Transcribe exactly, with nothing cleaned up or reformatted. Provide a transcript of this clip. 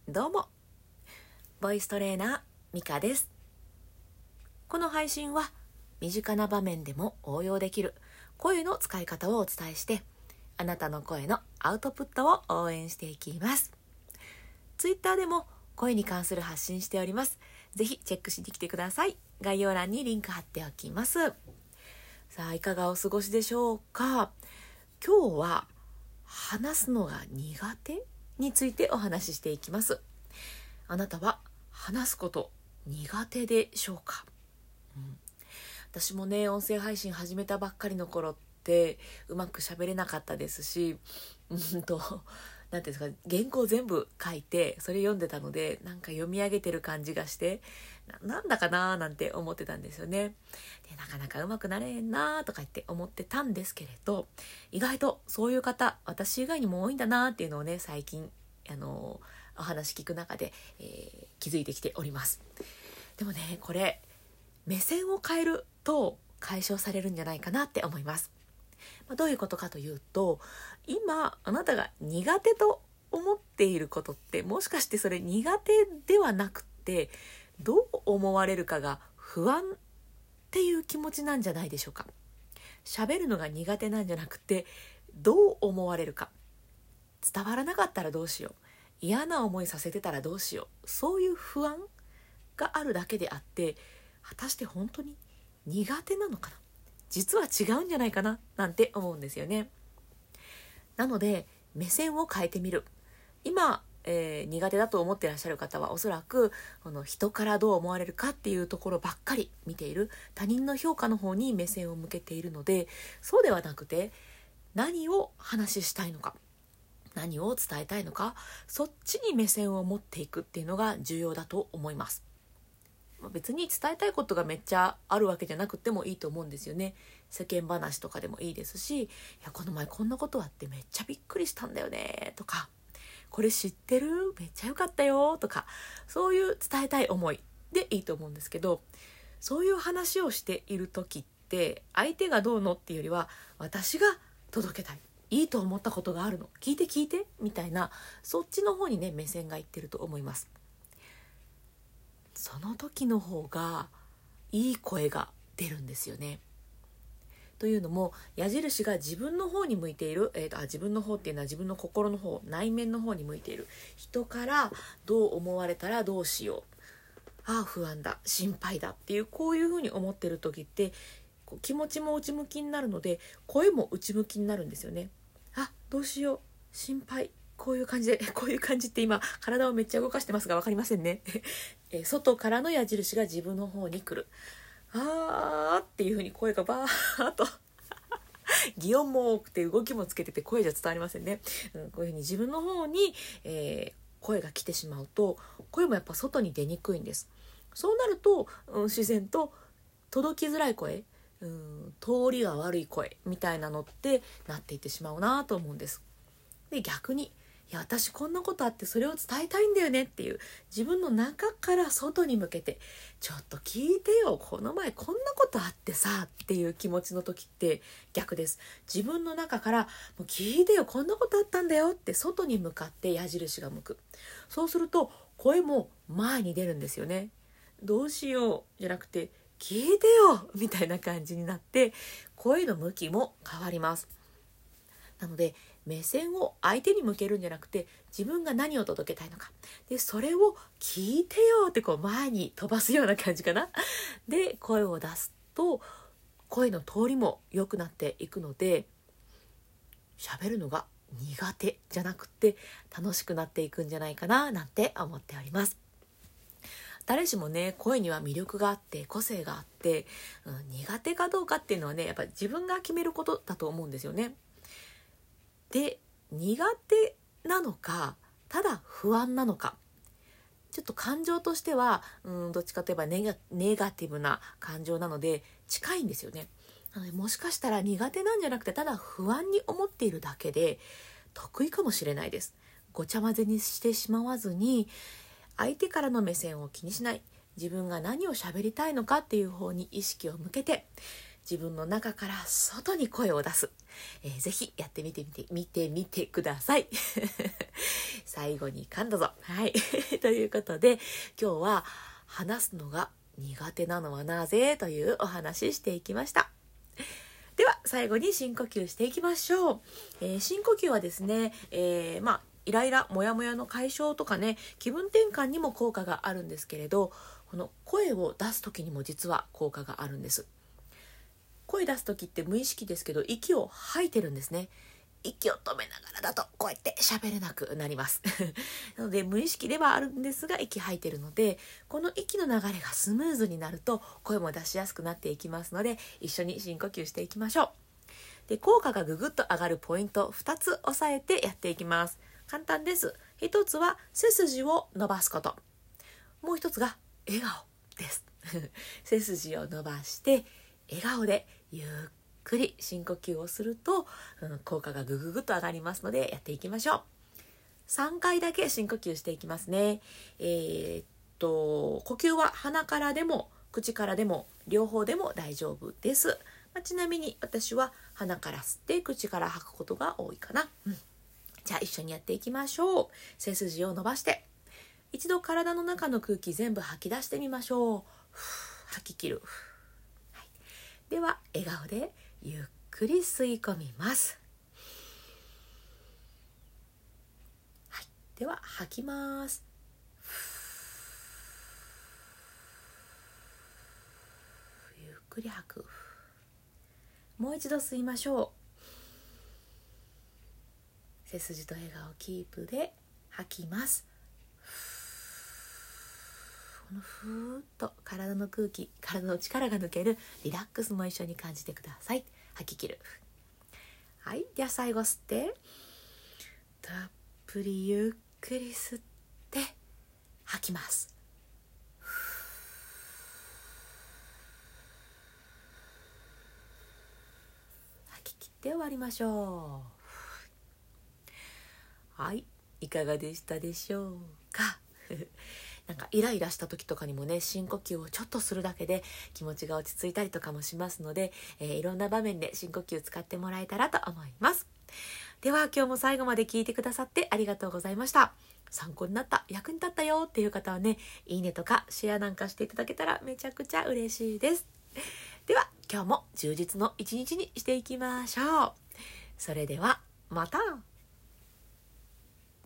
どうも、ボイストレーナーミカです。この配信は身近な場面でも応用できる声の使い方をお伝えして、あなたの声のアウトプットを応援していきます。ツイッターでも声に関する発信しております。ぜひチェックしに来てください。概要欄にリンク貼っておきます。さあ、いかがお過ごしでしょうか。今日は話すのが苦手についてお話ししていきます。あなたは話すこと苦手でしょうか。うん、私もね、音声配信始めたばっかりの頃ってうまく喋れなかったですし、うんとなんていうんですか、原稿全部書いてそれ読んでたので、なんか読み上げてる感じがしてな、なんだかなーなんて思ってたんですよね。で、なかなかうまくなれへんなーとか言って思ってたんですけれど、意外とそういう方、私以外にも多いんだなーっていうのをね、最近あのお話聞く中で、えー、気づいてきております。でもね、これ目線を変えると解消されるんじゃないかなって思います。まあ、どういうことかというと、今あなたが苦手と思っていることって、もしかしてそれ苦手ではなくて、どう思われるかが不安っていう気持ちなんじゃないでしょうか。喋るのが苦手なんじゃなくて、どう思われるか、伝わらなかったらどうしよう、嫌な思いさせてたらどうしよう、そういう不安があるだけであって、果たして本当に苦手なのかな、実は違うんじゃないかななんて思うんですよね。なので目線を変えてみる。今、えー、苦手だと思っていらっしゃる方は、おそらくこの人からどう思われるかっていうところばっかり見ている、他人の評価の方に目線を向けているので、そうではなくて、何を話したいのか、何を伝えたいのか、そっちに目線を持っていくっていうのが重要だと思います。別に伝えたいことがめっちゃあるわけじゃなくてもいいと思うんですよね。世間話とかでもいいですし、いや、この前こんなことあってめっちゃびっくりしたんだよねとか、これ知ってる？めっちゃ良かったよとか、そういう伝えたい思いでいいと思うんですけど、そういう話をしている時って、相手がどうのっていうよりは、私が届けたい、いいと思ったことがあるの、聞いて聞いてみたいな、そっちの方にね、目線がいってると思います。その時の方がいい声が出るんですよね。というのも、矢印が自分の方に向いている、えーと、あ自分の方っていうのは自分の心の方、内面の方に向いている。人からどう思われたらどうしよう、ああ不安だ、心配だっていう、こういうふうに思ってる時って、こう気持ちも内向きになるので、声も内向きになるんですよね。あ、どうしよう、心配、こういう感じで、こういう感じって今体をめっちゃ動かしてますが分かりませんね。え外からの矢印が自分の方に来る。あーっていう風に声がバーッと擬音も多くて動きもつけてて声じゃ伝わりませんね、うん、こういう風に自分の方に、えー、声が来てしまうと、声もやっぱ外に出にくいんです。そうなると、うん、自然と届きづらい声、うん、通りが悪い声みたいなのってなっていってしまうなと思うんです。で、逆に、いや、私こんなことあってそれを伝えたいんだよねっていう、自分の中から外に向けて、ちょっと聞いてよ、この前こんなことあってさっていう気持ちの時って逆です。自分の中から、もう聞いてよ、こんなことあったんだよって外に向かって矢印が向く。そうすると声も前に出るんですよね。どうしようじゃなくて、聞いてよみたいな感じになって、声の向きも変わります。なので、目線を相手に向けるんじゃなくて、自分が何を届けたいのか、でそれを聞いてよってこう前に飛ばすような感じかな。で声を出すと、声の通りも良くなっていくので、喋るのが苦手じゃなくて楽しくなっていくんじゃないかななんて思っております。誰しもね、声には魅力があって個性があって、うん、苦手かどうかっていうのはね、やっぱり自分が決めることだと思うんですよね。で、苦手なのか、ただ不安なのか、ちょっと感情としては、うん、どっちかといえばネガ、ネガティブな感情なので近いんですよね。なので、もしかしたら苦手なんじゃなくて、ただ不安に思っているだけで得意かもしれないです。ごちゃ混ぜにしてしまわずに、相手からの目線を気にしない、自分が何を喋りたいのかっていう方に意識を向けて、 自分の中から外に声を出す、えー、ぜひやってみてみて見てみてください最後に噛んだぞ。はいということで今日は話すのが苦手なのはなぜというお話していきました。では最後に深呼吸していきましょう。えー、深呼吸はですね、えー、まあイライラモヤモヤの解消とかね、気分転換にも効果があるんですけれど、この声を出す時にも実は効果があるんです。声出す時って無意識ですけど息を吐いてるんですね。息を止めながらだとこうやって喋れなくなりますなので無意識ではあるんですが息吐いてるので、この息の流れがスムーズになると声も出しやすくなっていきますので、一緒に深呼吸していきましょう。で、効果がぐぐっと上がるポイントふたつ押さえてやっていきます。簡単です。ひとつは背筋を伸ばすこと、もう一つが笑顔です背筋を伸ばして笑顔でゆっくり深呼吸をすると、うん、効果がぐぐぐっと上がりますのでやっていきましょう。さんかいだけ深呼吸していきますね。えー、っと呼吸は鼻からでも口からでも両方でも大丈夫です。まあ、ちなみに私は鼻から吸って口から吐くことが多いかな、うん、じゃあ一緒にやっていきましょう。背筋を伸ばして一度体の中の空気全部吐き出してみましょう。吐き切る、はい、では笑顔でゆっくり吸い込みます、はい、では吐きます。ゆっくり吐く。もう一度吸いましょう。背筋と笑顔キープで吐きます。このふーっと体の空気、体の力が抜けるリラックスも一緒に感じてください。吐き切る。はい、では最後吸ってたっぷりゆっくり吸って吐きます。吐き切って終わりましょう。はい、いかがでしたでしょうかなんかイライラした時とかにもね、深呼吸をちょっとするだけで気持ちが落ち着いたりとかもしますので、えー、いろんな場面で深呼吸使ってもらえたらと思います。では今日も最後まで聞いてくださってありがとうございました。参考になった、役に立ったよっていう方はね、いいねとかシェアなんかしていただけたらめちゃくちゃ嬉しいです。では今日も充実の一日にしていきましょう。それではまた。